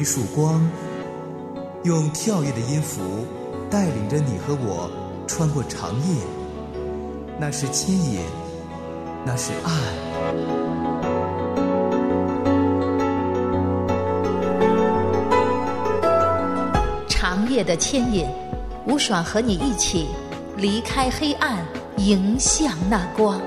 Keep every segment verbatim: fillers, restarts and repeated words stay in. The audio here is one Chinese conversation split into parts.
一束光，用跳跃的音符带领着你和我穿过长夜。那是牵引，那是爱。 长夜的牵引，吴爽和你一起离开黑暗，迎向那光。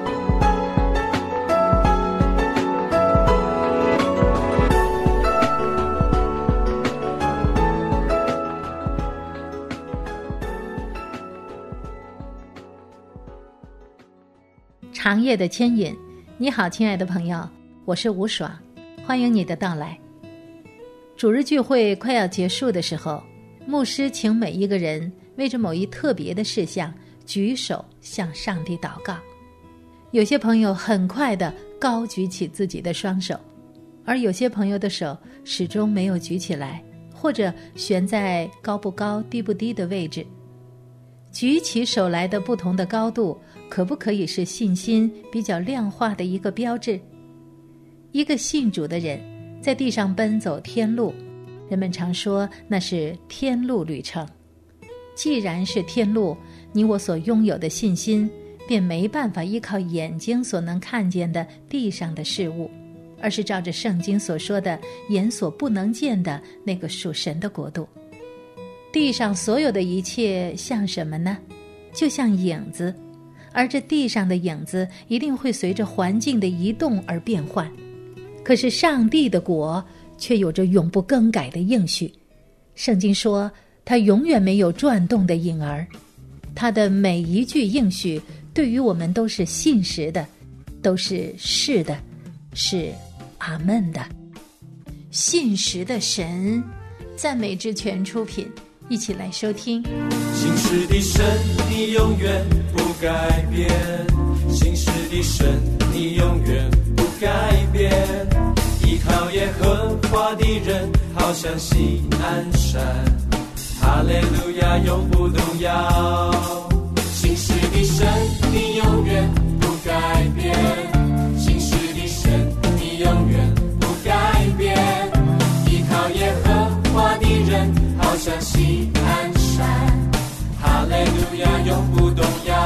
长夜的牵引，你好，亲爱的朋友，我是吴爽，欢迎你的到来。主日聚会快要结束的时候，牧师请每一个人为着某一特别的事项举手向上帝祷告。有些朋友很快地高举起自己的双手，而有些朋友的手始终没有举起来，或者悬在高不高低不低的位置。举起手来的不同的高度，可不可以是信心比较量化的一个标志？一个信主的人在地上奔走天路，人们常说那是天路旅程。既然是天路，你我所拥有的信心便没办法依靠眼睛所能看见的地上的事物，而是照着圣经所说的眼所不能见的那个属神的国度。地上所有的一切像什么呢？就像影子，而这地上的影子一定会随着环境的移动而变换。可是上帝的国却有着永不更改的应许。圣经说他永远没有转动的影儿，他的每一句应许对于我们都是信实的，都是是的，是阿们的。信实的神，赞美之泉出品，一起来收听。 信实的神，你永远不改变，信实的神，你永远不改变，依靠耶和华的人好像西安山，哈利路亚永不动摇。信实的神，你永远不改变，信实的神，你永远不改变，依靠耶和华的人好像西安山，哈利路亚永不动摇。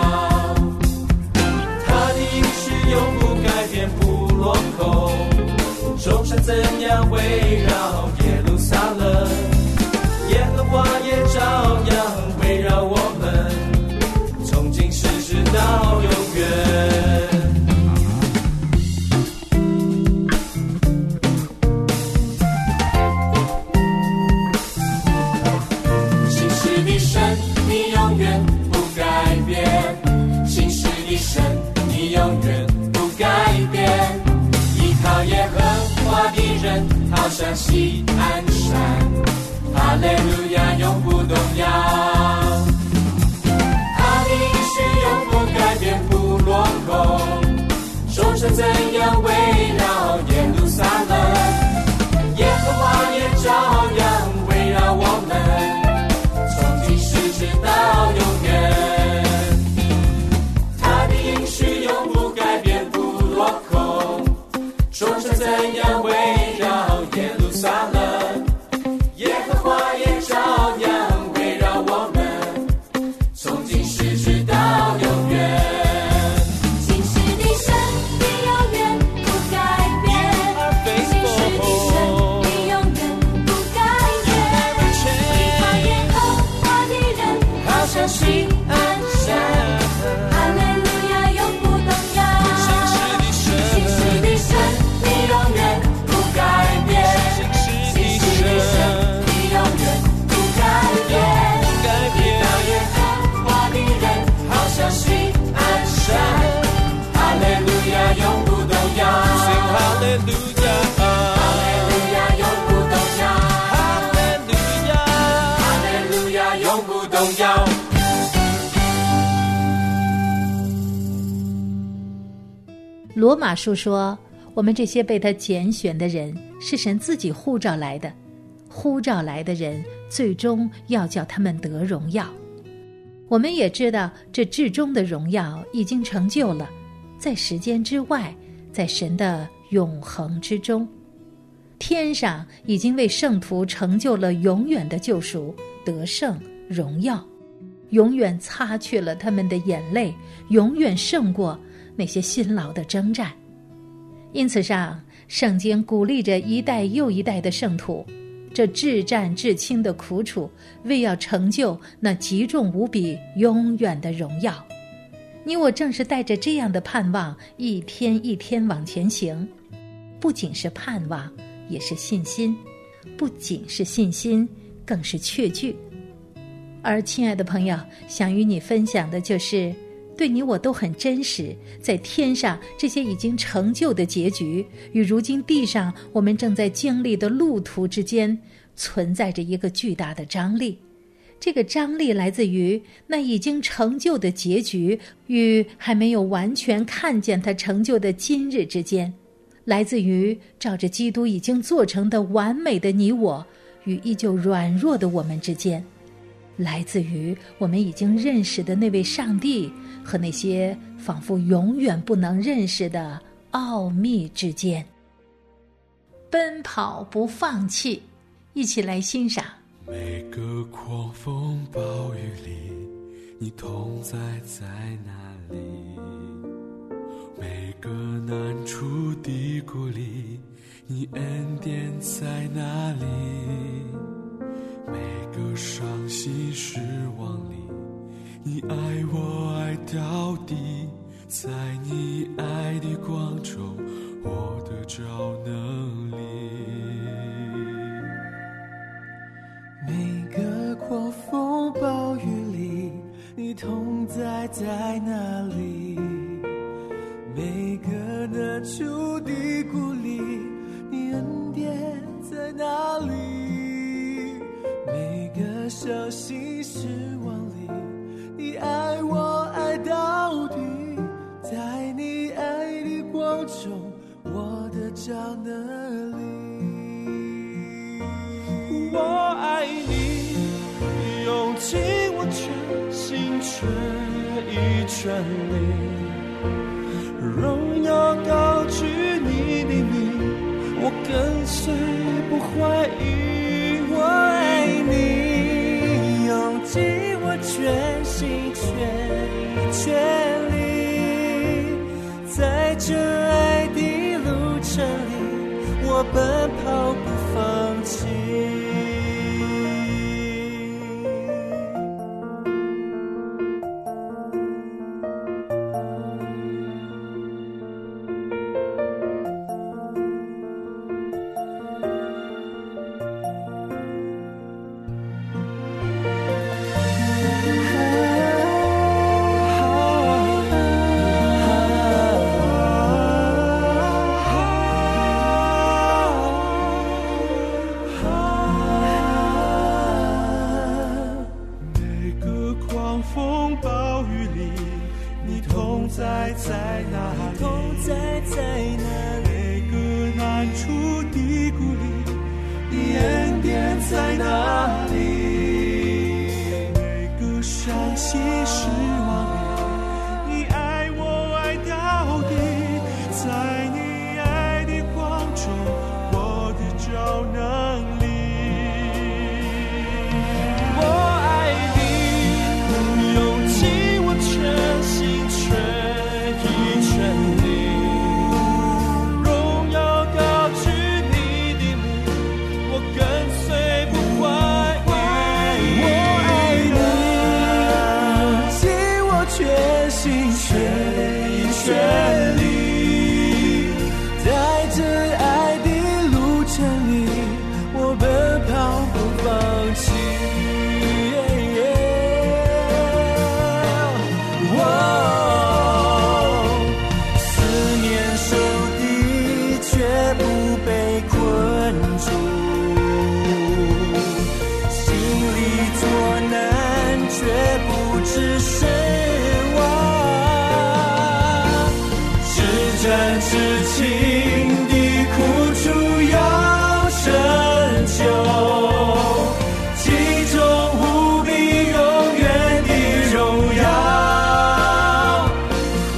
他的应许永不改变不落空，众山怎样围绕耶路撒冷，耶和华也照样围绕我们，从今世直到永远。信实的神，你永远不改变，信实的神，你永远不改变，依靠耶和华的人好像西安山，哈利路亚永不动摇。他的应许永不改变不落空，众山怎样围绕耶路撒冷，耶和华也照样围绕我们，从今世直到永远。他的应许永不改变不落空，众山怎样围绕耶路撒冷，耶和华也照样围绕我们，从今世直到永远。信实的神，你永远不改变，信实的神，你永远不改变，依靠耶和华的人好像西安山，哈利路亚永不动摇。信实的神，你永远不改变，信实的神，你永远不改变，依靠耶和华的人好像西安山，哈利路亚永不动摇。哈利路亚，哈利路亚永不动摇，哈利路亚，哈利路亚永不动摇。 罗马书说，我们这些被他拣选的人是神自己呼召来的，呼召来的人最终要叫他们得荣耀。我们也知道这至终的荣耀已经成就了，在时间之外，在神的永恒之中。 天上已经为圣徒成就了永远的救赎、得胜、荣耀，永远擦去了他们的眼泪，永远胜过那些辛劳的征战。因此上，圣经鼓励着一代又一代的圣徒，这至战至轻的苦楚，为要成就那极重无比永远的荣耀。你我正是带着这样的盼望，一天一天往前行。不仅是盼望，也是信心；不仅是信心，更是确据。而亲爱的朋友，想与你分享的就是，对你我都很真实，在天上这些已经成就的结局，与如今地上我们正在经历的路途之间，存在着一个巨大的张力。这个张力来自于那已经成就的结局与还没有完全看见它成就的今日之间，来自于照着基督已经做成的完美的你我与依旧软弱的我们之间，来自于我们已经认识的那位上帝和那些仿佛永远不能认识的奥秘之间。奔跑不放弃，一起来欣赏。 每个狂风暴雨里，你同在在哪里？每个难处低谷里，你恩典在哪里？每个伤心失望里，你爱我爱到底，在你爱的光中，我得着能力。 每个狂风暴雨里，你同在在哪里？每个难处低谷里，你恩典在哪里？每个伤心失望里，你爱我爱到底，在你爱的光中，我得着能力。 我爱你，用尽我全心全意全力，荣耀高举你的名，我跟随不怀疑。我爱你， 用尽我全心全意全力，在这爱的路程里，我奔跑不放弃。 在在哪里？同在在哪里？每个难处低谷里，你恩典在哪里？每个伤心失望里，你爱我爱到底，在你爱的光中，我的找能力。我爱你，用尽我全心全全力，在这爱的路程里，我奔跑不放弃。四面受敌，却不被困住，心里作难，却不知失望。真至情的苦楚要成就，其中无比永远的荣耀。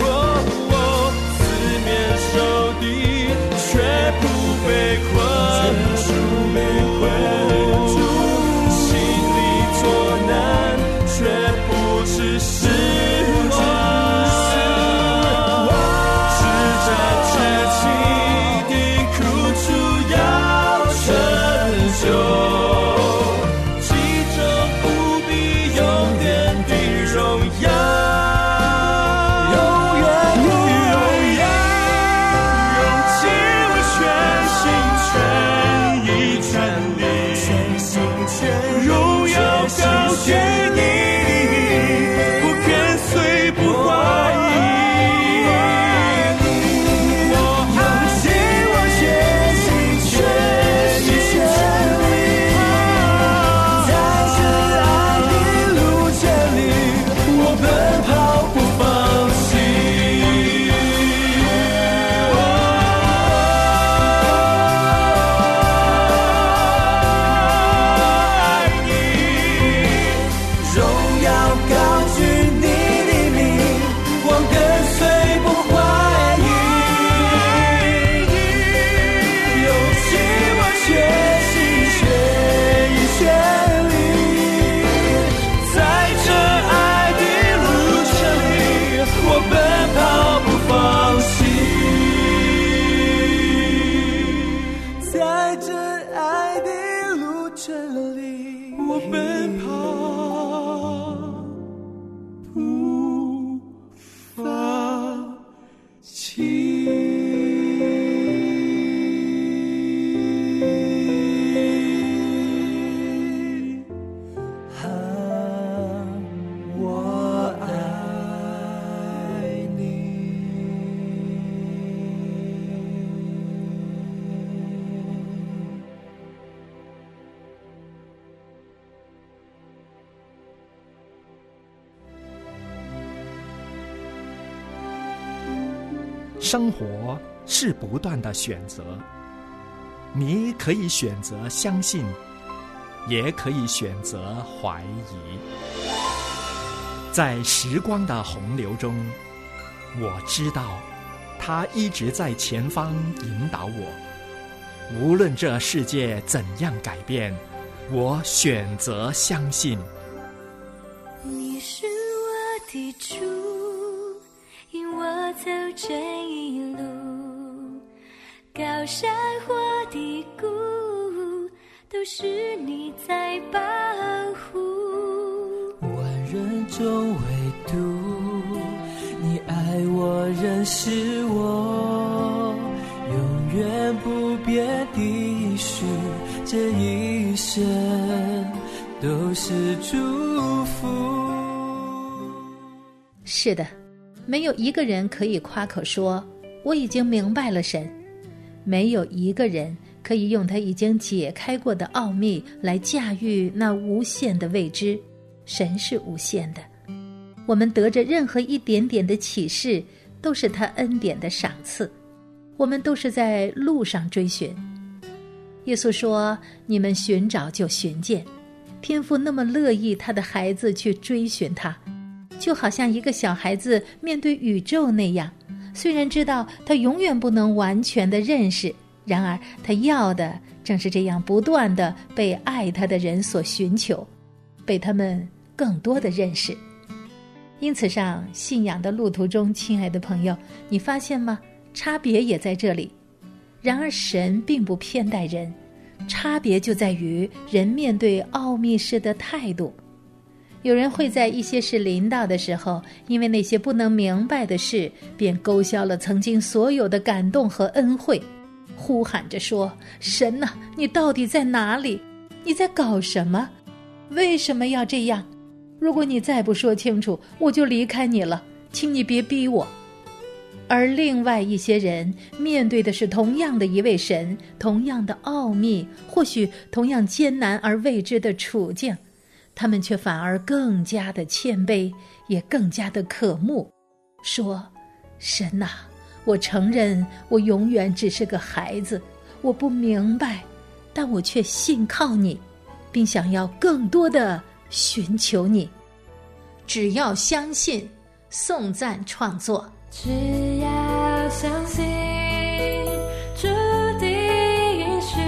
哦哦，四面受敌，却不被困情。 生活是不断的选择，你可以选择相信，也可以选择怀疑。在时光的洪流中，我知道他一直在前方引导我。无论这世界怎样改变，我选择相信。 你是我的主，引我走这一路，高山或低谷，都是你在保护。 万人中唯独你爱我，认识我，永远不变的许，这一生都是祝福。 是的，没有一个人可以夸口说我已经明白了神，没有一个人可以用他已经解开过的奥秘来驾驭那无限的未知。神是无限的，我们得着任何一点点的启示，都是他恩典的赏赐。我们都是在路上追寻。耶稣说，你们寻找就寻见。天父那么乐意他的孩子去追寻他，就好像一个小孩子面对宇宙那样，虽然知道他永远不能完全的认识，然而他要的正是这样不断的被爱他的人所寻求，被他们更多的认识。因此上信仰的路途中，亲爱的朋友，你发现吗？差别也在这里。然而神并不偏待人，差别就在于人面对奥秘事的态度。有人会在一些事临到的时候，因为那些不能明白的事，便勾销了曾经所有的感动和恩惠，呼喊着说，神啊，你到底在哪里？你在搞什么？为什么要这样？如果你再不说清楚，我就离开你了，请你别逼我。而另外一些人面对的是同样的一位神，同样的奥秘，或许同样艰难而未知的处境，他们却反而更加的谦卑，也更加的渴慕，说，神啊，我承认我永远只是个孩子，我不明白，但我却信靠你，并想要更多的寻求你。只要相信，颂赞创作。 只要相信，主的允许，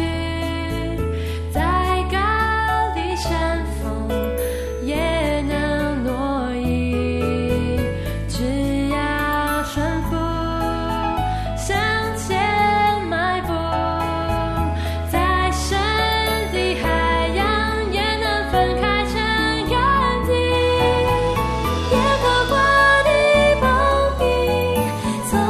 再高的山峰也能挪移。只要顺服，向前迈步，再深的海洋也能分开成远地。耶和华的膀臂从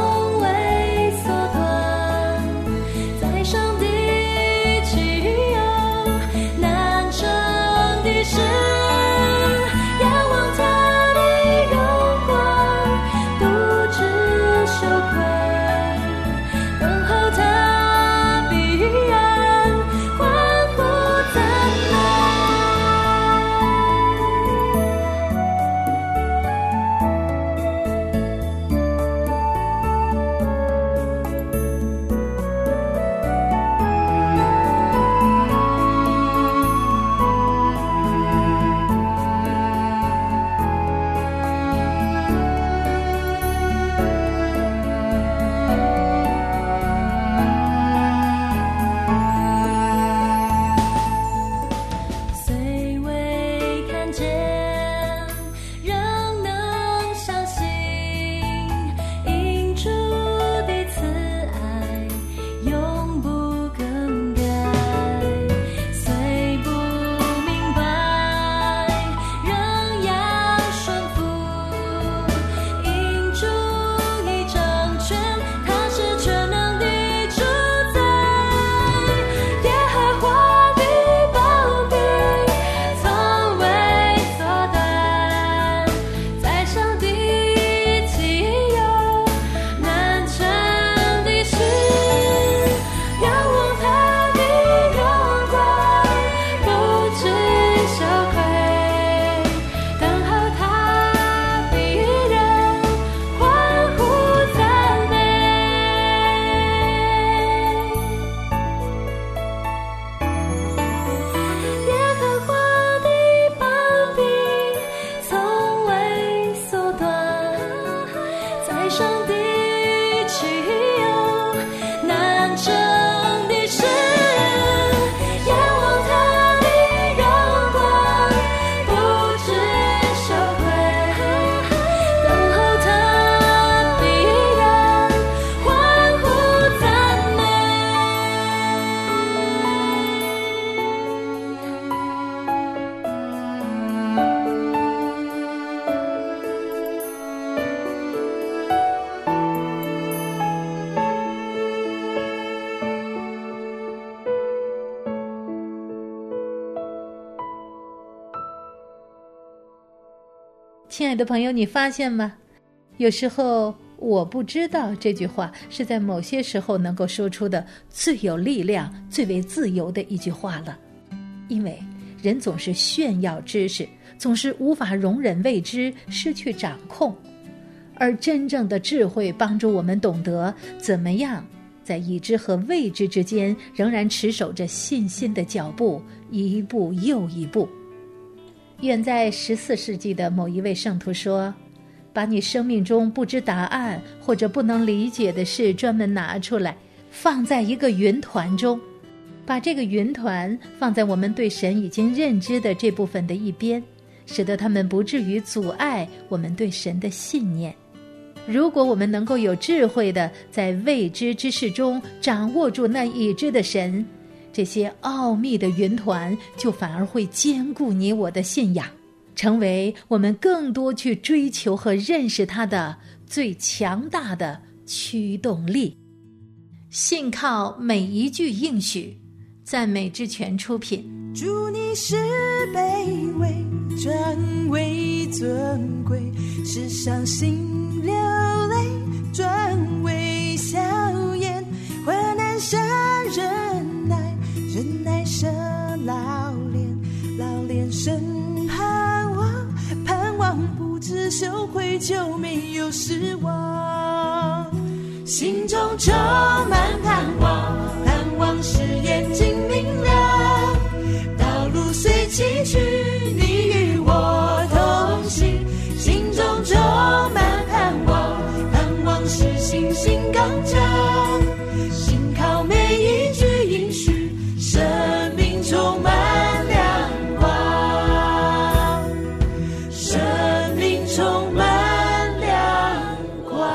亲爱的朋友，你发现吗？有时候我不知道这句话是在某些时候能够说出的最有力量、最为自由的一句话了。因为人总是炫耀知识，总是无法容忍未知，失去掌控。而真正的智慧帮助我们懂得怎么样在已知和未知之间仍然持守着信心的脚步，一步又一步。远在十四世纪的某一位圣徒说，把你生命中不知答案或者不能理解的事专门拿出来，放在一个云团中，把这个云团放在我们对神已经认知的这部分的一边，使得它们不至于阻碍我们对神的信念。如果我们能够有智慧地在未知之事中掌握住那已知的神，这些奥秘的云团就反而会坚固你我的信仰，成为我们更多去追求和认识它的最强大的驱动力。信靠每一句应许，赞美之泉出品。 主你是卑微转为尊贵，是伤心流泪转为笑颜，患难生忍耐，忍耐生老练，老练生盼望，盼望不知羞愧，就没有失望。心中充满盼望，盼望使眼睛明亮，道路虽崎岖，你与我同行。心中充满盼望，盼望使信心刚强，信靠每一句应许，生命充满亮光，生命充满亮光。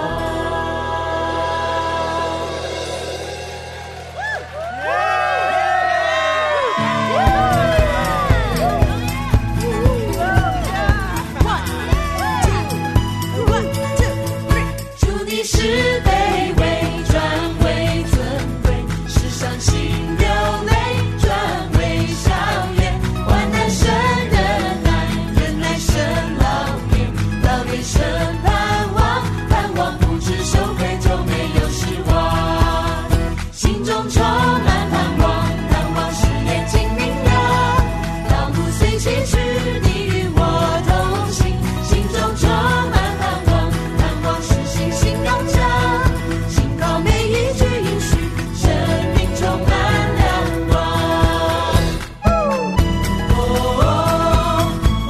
主你是卑微转为尊贵，是伤心流泪转为笑颜，患难生忍耐，忍耐生老练，老练生盼望，盼望不知羞愧，就没有失望。心中充满盼望，盼望使眼睛明亮，道路虽崎岖，你与我同行。心中充满盼望，盼望使信心刚强，信靠每一句应许，生命充满亮光。哦哦哦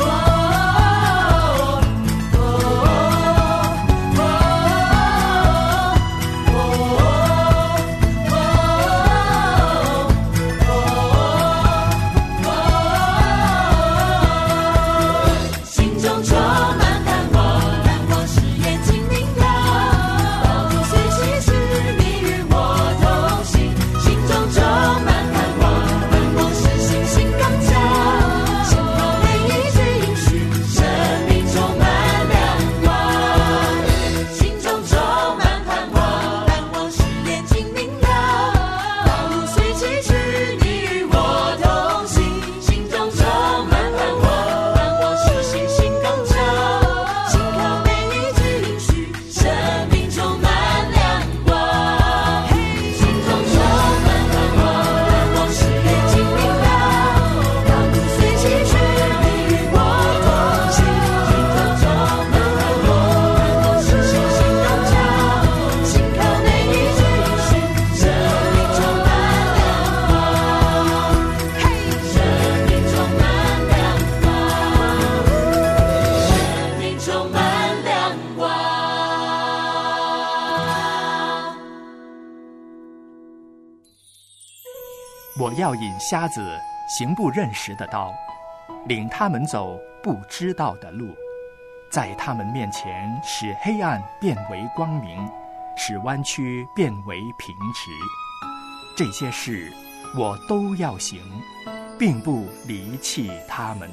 心中充满盼望，盼望使眼睛明亮，道路虽崎岖，你与我同行。心中充满盼望，盼望使信心刚强，信靠每一句应许，生命充满亮光。心中充满盼望，盼望使眼睛明亮，道路虽崎岖，你与我同行。心中充满盼望，盼望使信心刚强，信靠每一句应许，生命充满亮光。心中充满盼望，盼望使眼睛明亮，道路虽崎岖，你与我同行。心中充满盼望，盼望使信心刚强，信靠每一句应许，生命充满亮光。生命充满亮光，生命充满亮光。 我要引瞎子行不认识的道，领他们走不知道的路，在他们面前使黑暗变为光明，使弯曲变为平直。这些事我都要行，并不离弃他们。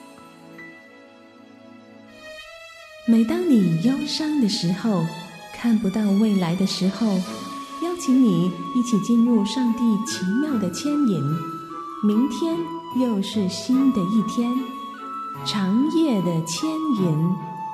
每当你忧伤的时候，看不到未来的时候，邀请你一起进入上帝奇妙的牵引。明天又是新的一天，长夜的牵引，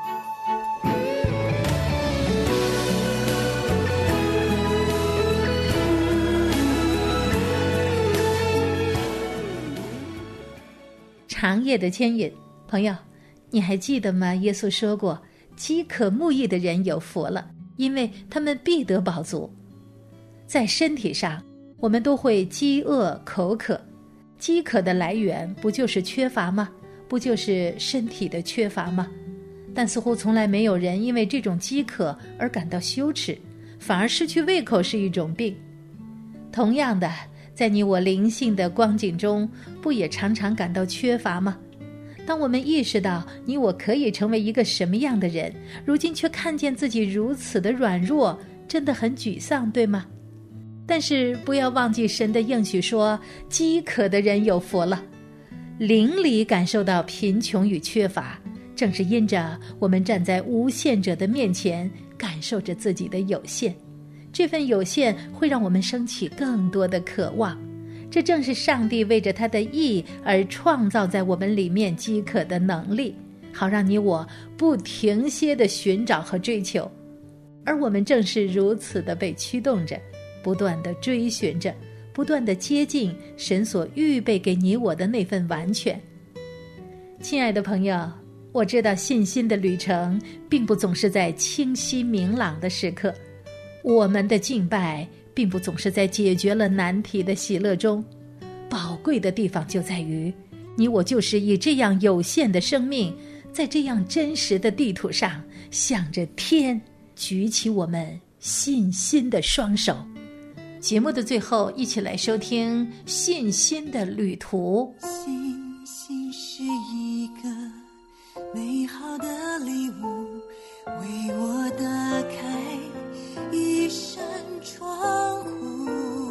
长夜的牵引。朋友，你还记得吗？耶稣说过，饥渴慕义的人有福了，因为他们必得饱足。在身体上，我们都会饥饿口渴，饥渴的来源不就是缺乏吗？不就是身体的缺乏吗？但似乎从来没有人因为这种饥渴而感到羞耻，反而失去胃口是一种病。同样的，在你我灵性的光景中，不也常常感到缺乏吗？当我们意识到你我可以成为一个什么样的人，如今却看见自己如此的软弱，真的很沮丧，对吗？但是不要忘记神的应许说，饥渴的人有福了。灵里感受到贫穷与缺乏，正是因着我们站在无限者的面前，感受着自己的有限。这份有限会让我们升起更多的渴望，这正是上帝为着他的义而创造在我们里面饥渴的能力，好让你我不停歇地寻找和追求。而我们正是如此的被驱动着，不断地追寻着，不断地接近神所预备给你我的那份完全。亲爱的朋友，我知道信心的旅程并不总是在清晰明朗的时刻，我们的敬拜并不总是在解决了难题的喜乐中。宝贵的地方就在于，你我就是以这样有限的生命，在这样真实的地图上，向着天举起我们信心的双手。节目的最后，一起来收听信心的旅途。 信心是一个美好的礼物，为我打开一扇窗户，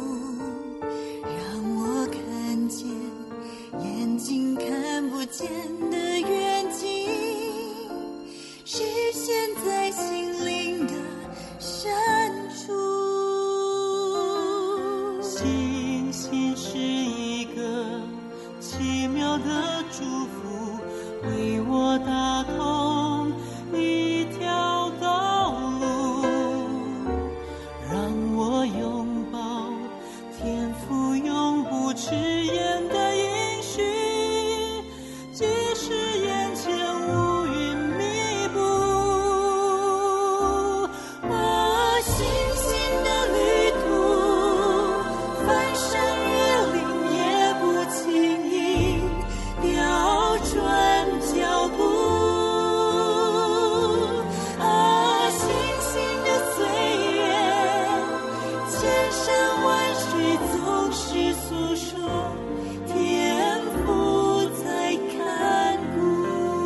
让我看见眼睛看不见的远景，实现在心灵的深处。信心是一个奇妙的祝福，为我打通一条道路，让我拥抱天父永不迟延的应许，即使眼前乌云密布。我信心的旅途，翻山越岭也不轻易调转脚步。啊，信心的岁月，千山万水总是诉说天父在看顾。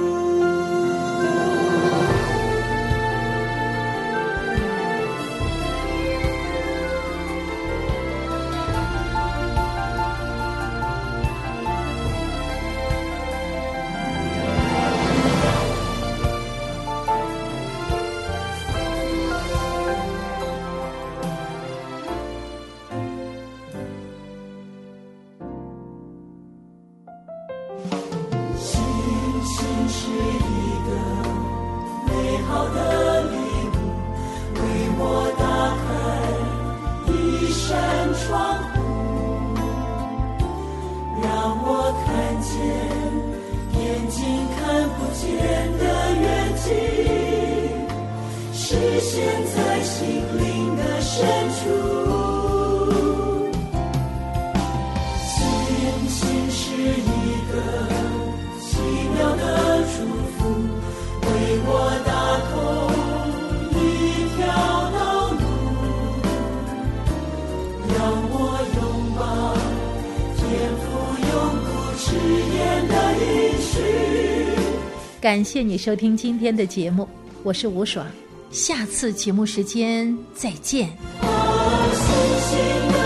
信心是一个美好的礼物，为我打开一扇窗户，让我看见眼睛看不见的远景，实现在心灵的深处。信心是一个奇妙的祝福，为我打通一条道路，让我拥抱天父永不迟延的应许。 感谢你收听今天的节目，我是吴爽，下次节目时间再见。 我信心的